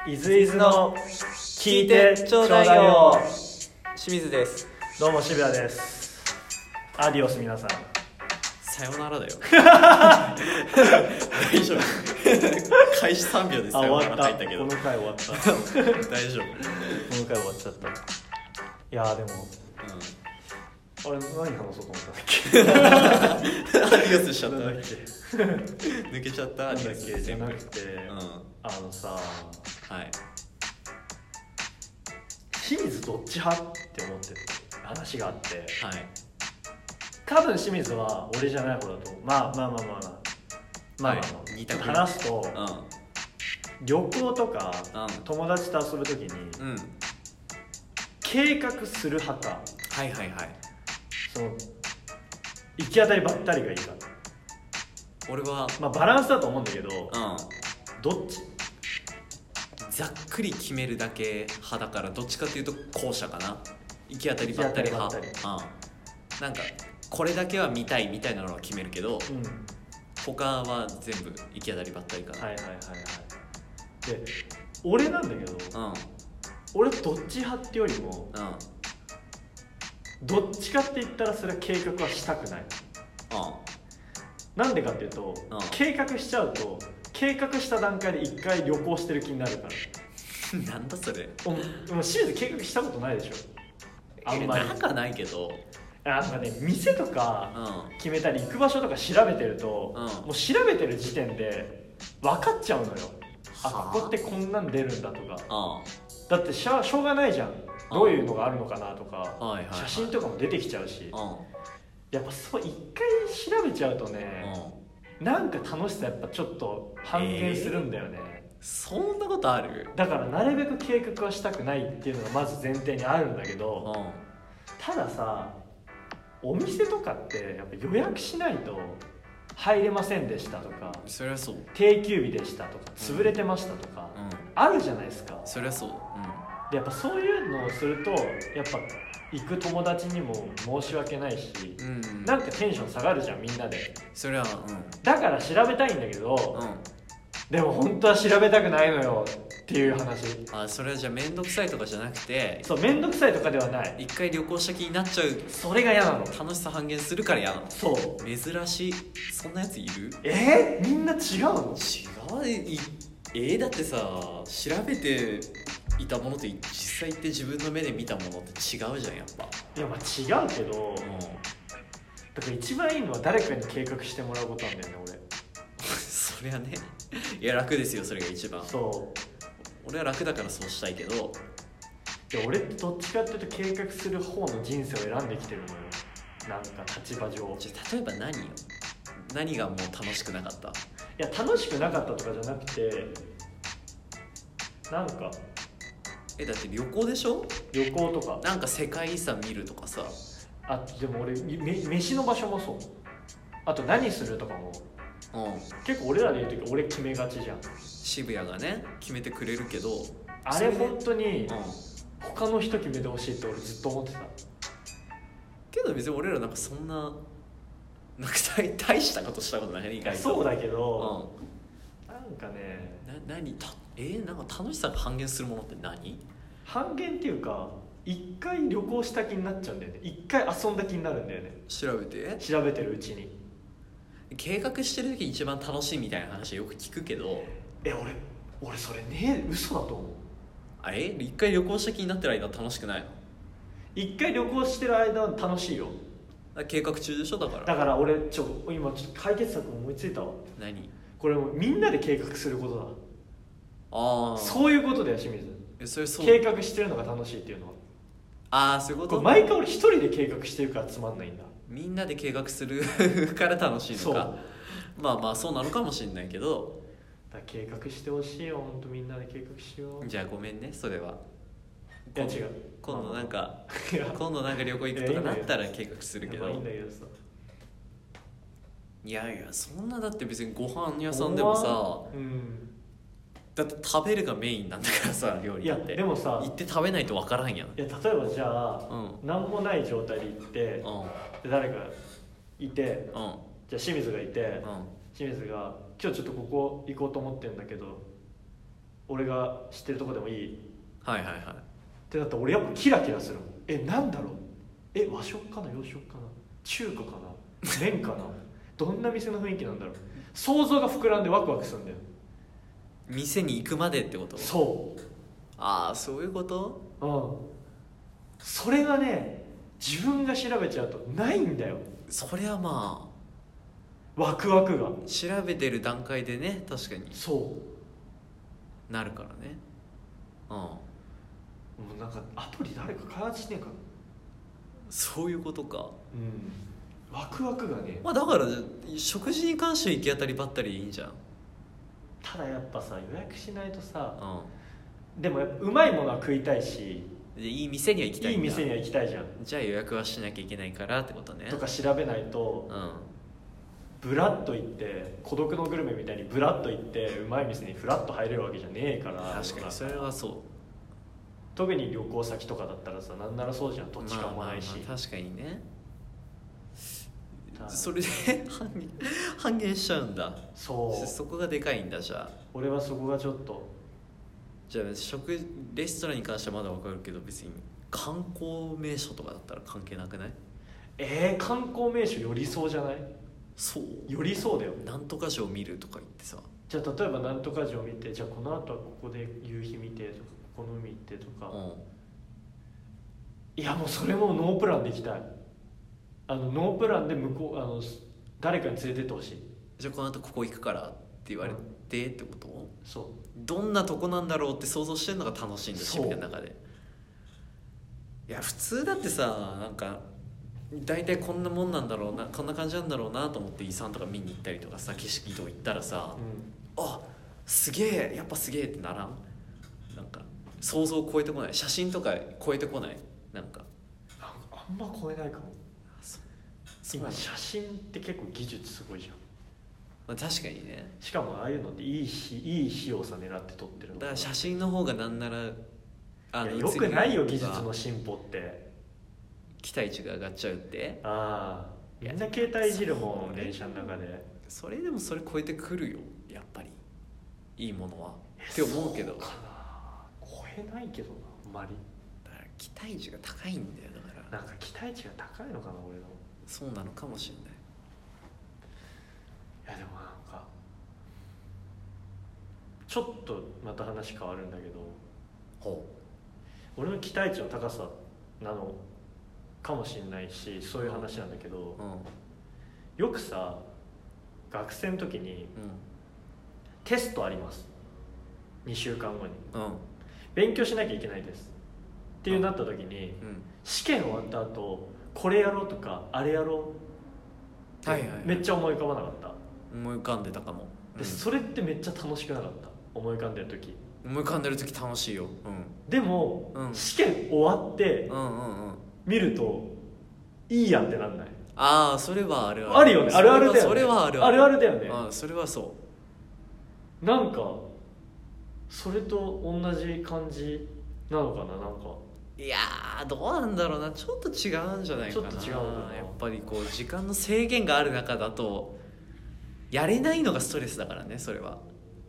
イズイズの聞いてちょうだいよ。 清水です。 どうも渋谷です。アディオス皆さん。 さよならだよ。大丈夫。開始3秒でさよなら入ったけど。 この回終わった。 大丈夫。 この回終わっちゃった。いやでも、あれ何話そうと思ったんだっけ。 アディオスしちゃった。 なんだっけ。 抜けちゃった。アディオスじゃなくて、さ、 はい。 清水どっち派って思ってる話があって、 はい。 多分清水は俺じゃない方だと思う。まあ二択話すと、旅行とか、友達と遊ぶときに、計画する派か、その行き当たりばったりがいいか。 俺はバランスだと思うんだけど、どっち？ ざっくり決めるだけ派だから、どっちかっていうと後者かな。行き当たりばったり派。なんかこれだけは見たいみたいなのは決めるけど、他は全部行き当たりばったりかな。 で、俺なんだけど、俺どっち派ってよりも、どっちかって言ったらそれは計画はしたくない。なんでかっていうと、計画しちゃうと計画した段階で一回旅行してる気になるから。 なんだそれ。 清水計画したことないでしょ。あんまりなんかないけど、 なんかね、店とか決めたり行く場所とか調べてると、もう調べてる時点で分かっちゃうのよ。ここってこんなん出るんだとか。だってしょうがないじゃん、どういうのがあるのかなとか、写真とかも出てきちゃうし、やっぱそう一回調べちゃうとね、なんか楽しさやっぱちょっと半減するんだよね。 そんなことある？ だからなるべく計画はしたくないっていうのがまず前提にあるんだけど、たださ、お店とかってやっぱ予約しないと入れませんでしたとか、 そりゃそう、 定休日でしたとか、潰れてましたとか、あるじゃないですか。 そりゃそう、 でやっぱそういうのをするとやっぱ行く友達にも申し訳ないし、なんかテンション下がるじゃん、みんなで。 それは、 だから調べたいんだけど、でも本当は調べたくないのよっていう話。 それはじゃあ面倒くさいとかじゃなくて、 そう、面倒くさいとかではない、 一回旅行した気になっちゃう、 それが嫌なの。 楽しさ半減するから嫌なの。 そう、 珍しい。そんなやついる？ みんな違うの？ 違う。だってさ、調べていたものと実際行って自分の目で見たものって違うじゃん、やっぱ。 いや、違うけど、だから一番いいのは誰かに計画してもらうことなんだよね、俺。 それはね、いや楽ですよ、それが一番。 そう、 俺は楽だからそうしたいけど、 俺ってどっちかっていうと計画する方の人生を選んできてるのよ、なんか立場上。 じゃあ例えば何がもう楽しくなかった？ いや、楽しくなかったとかじゃなくて、なんかだって旅行でしょ？ 旅行とか、 なんか世界遺産見るとかさ。 でも俺飯の場所もそう、あと何するとかも、結構俺らで言うとき俺決めがちじゃん。 渋谷がね決めてくれるけど、 あれ本当に他の人決めてほしいって俺ずっと思ってたけど、別に俺らなんかそんな大したことしたことないね、意外と。 そうだけど、なんかね、 なんか楽しさが半減するものって何？ 半減っていうか、一回旅行した気になっちゃうんだよね。一回遊んだ気になるんだよね、 調べてるうちに。 計画してる時一番楽しいみたいな話よく聞くけど、 俺それね、嘘だと思う。 一回旅行した気になってる間楽しくないの？ 一回旅行してる間は楽しいよ。 計画中でしょ。だから俺今ちょっと解決策思いついたわ。 何？ これもみんなで計画することだ。そういうことだよ、清水。 そう計画してるのが楽しいっていうのは。 そういうこと。 毎回俺一人で計画してるからつまんないんだ。 みんなで計画するから楽しいのか。まあそうなのかもしれないけど、 だから計画してほしいよ、本当みんなで計画しよう。 じゃあごめんね、それは。 いや違う、 今度なんか旅行行くとかなったら計画するけど。 いいんだけどさ。 いやそんな、だって別にご飯屋さんでもさ、だって食べるがメインなんだからさ、料理って。 いやでもさ、 行って食べないと分からんやん。 例えばじゃあ、何もない状態で行って、で誰かいて、じゃあ清水がいて、清水が今日ちょっとここ行こうと思ってんだけど俺が知ってるとこでもいいはいはいはいってなったら俺やっぱキラキラする。なんだろう、和食かな洋食かな中華かな麺かなどんな店の雰囲気なんだろう、想像が膨らんでワクワクするんだよ。 店に行くまでってこと？ そう。 ああそういうこと？ それがね自分が調べちゃうとないんだよ。 そりゃまあワクワクが調べてる段階でね確かにそうなるからね。 もうなんかアプリ誰か開発してんかな。 そういうことか。 ワクワクがね。 だから食事に関しては行き当たりばったりでいいんじゃん。 ただやっぱさ予約しないとさ、でもやっぱうまいものは食いたいしいい店には行きたいんだ。 いい店には行きたいじゃん。 じゃあ予約はしなきゃいけないからってことね。 とか調べないと、ブラッと行って孤独のグルメみたいにブラッと行ってうまい店にフラッと入れるわけじゃねえから。 確かにそれはそう。 特に旅行先とかだったらさなんならそうじゃん。土地勘もないし、 確かにね。それで半減しちゃうんだ。そこがでかいんだ。じゃあ俺はそこがちょっと。 じゃあレストランに関してはまだ分かるけど別に観光名所とかだったら関係なくない？ 観光名所寄りそうじゃない？ そう寄りそうだよ。 なんとか城見るとか言ってさ、 じゃあ例えばなんとか城見てじゃあこの後はここで夕日見てとかこの海行ってとか、いやもうそれもノープランで行きたい。ノープランで向こう誰かに連れてってほしい。 じゃあこの後ここ行くからって言われてってこと？ そうどんなとこなんだろうって想像してるのが楽しいんだよ趣味の中で。いや普通だってさなんか大体こんなもんなんだろうなこんな感じなんだろうなと思って遺産とか見に行ったりとかさ景色とか行ったらさ、あすげえやっぱすげえってならん？なんか想像を超えてこない？写真とか超えてこない？なんかあんま超えないかも。今写真って結構技術すごいじゃん。 確かにね。 しかもああいうのっていい費用さ狙って撮ってるのだから写真の方がなんならよくないよ技術の進歩って。 期待値が上がっちゃうって。 みんな携帯いじるもん電車の中で。 それでもそれ超えてくるよやっぱりいいものはって思うけど。 そうかな超えないけどなあんまり。 だから期待値が高いんだよ。だからなんか期待値が高いのかな俺の。 そうなのかもしれない。 いやでもなんかちょっとまた話変わるんだけど、俺の期待値の高さなのかもしれないしそういう話なんだけど、よくさ学生の時に、テストあります2週間後に、勉強しなきゃいけないですっていうなった時に、試験終わった後これやろうとかあれやろうってめっちゃ思い浮かばなかった？ 思い浮かんでたかも。 でそれってめっちゃ楽しくなかった？思い浮かんでる時。 思い浮かんでる時楽しいよ。 でも、試験終わって見るといいやってなんない？ それはあるあるよね。あるあるだよね。 それはあるあるあるだよね。 それはそう。 なんかそれと同じ感じなのかな。なんかいやどうなんだろうな。ちょっと違うんじゃないかな。 ちょっと違うのかな。 やっぱりこう時間の制限がある中だとやれないのがストレスだからね。それは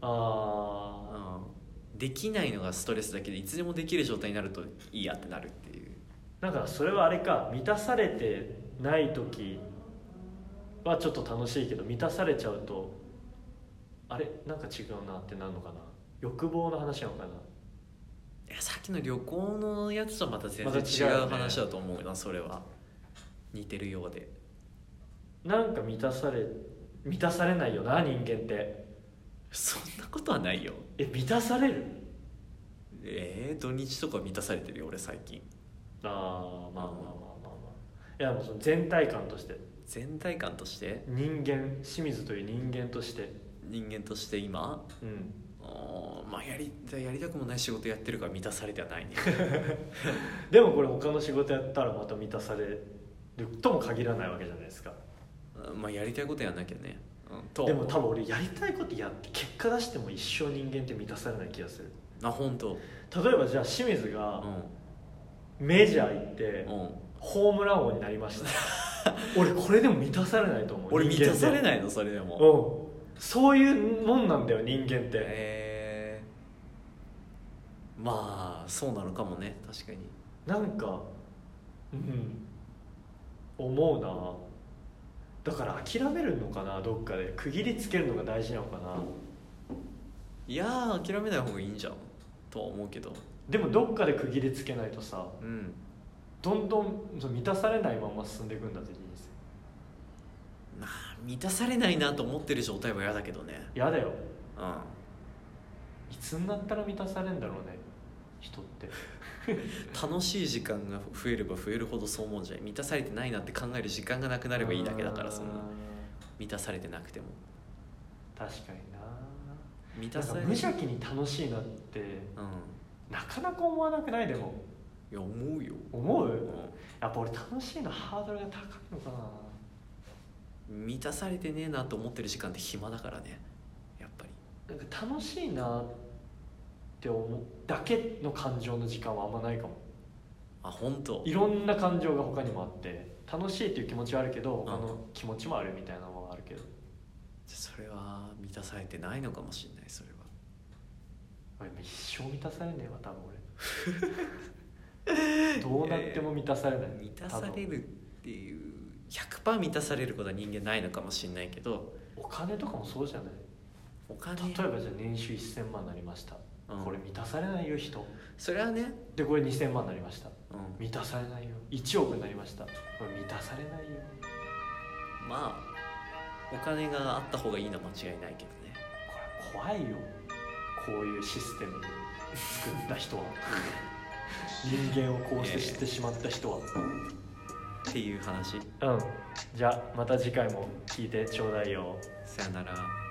できないのがストレスだけでいつでもできる状態になるといいやってなるっていう。 なんかそれはあれか、満たされてない時はちょっと楽しいけど満たされちゃうとあれなんか違うなってなるのかな。欲望の話なのかな。 いやさっきの旅行のやつとはまた全然違う話だと思うな。それは似てるようで。 なんか満たされないよな人間って。 そんなことはないよ。 満たされる？ 土日とか満たされてるよ俺最近。 まあいやもうその全体感として。 全体感として人間清水という人間として今まあやりたくもない仕事やってるから満たされてはないねでもこれ他の仕事やったらまた満たされるとも限らないわけじゃないですか。 まあやりたいことやんなきゃね、 でも多分俺やりたいことやって結果出しても一生人間って満たされない気がする。 本当。 例えばじゃあ清水がメジャー行って、ホームラン王になりました俺これでも満たされないと思う。 俺満たされないのそれでも。 そういうもんなんだよ人間って。 まあそうなのかもね、確かに。 なんか思うな。だから諦めるのかな、どっかで区切りつけるのが大事なのかな。 いやー諦めない方がいいんじゃんとは思うけど。 でもどっかで区切りつけないとさ、どんどん満たされないまま進んでいくんだって人生。 まあ満たされないなと思ってる状態は嫌だけどね。 嫌だよ。いつになったら満たされるんだろうね、人って楽しい時間が増えれば増えるほどそう思うんじゃない。満たされてないなって考える時間がなくなればいいだけだから、そんな満たされてなくても。 確かにな。 満たされ無邪気に楽しいなって、なかなか思わなくない？でもいや思うよ。 思う？やっぱ俺楽しいのハードルが高いのかな。 満たされてねえなと思ってる時間って暇だからね、やっぱり。 なんか楽しいなって思うだけの感情の時間はあんまないかも。 あ、本当。 いろんな感情が他にもあって、楽しいっていう気持ちはあるけど、他の気持ちもあるみたいなのはあるけど、 それは満たされてないのかもしれない。それは一生満たされねえわ多分俺どうなっても満たされない。 満たされるっていう 100% 満たされることは人間ないのかもしれないけど、 お金とかもそうじゃない？ お金、 例えばじゃあ年収1000万になりました、これ満たされないよ人。 それはね。 でこれ2000万になりました、満たされないよ。1億になりました、これ満たされないよ。 まあお金があった方がいいのは間違いないけどね。 これ怖いよ、こういうシステム作った人は人間をこうして知ってしまった人は、 っていう話。 じゃあまた次回も聞いてちょうだいよ。 さよなら。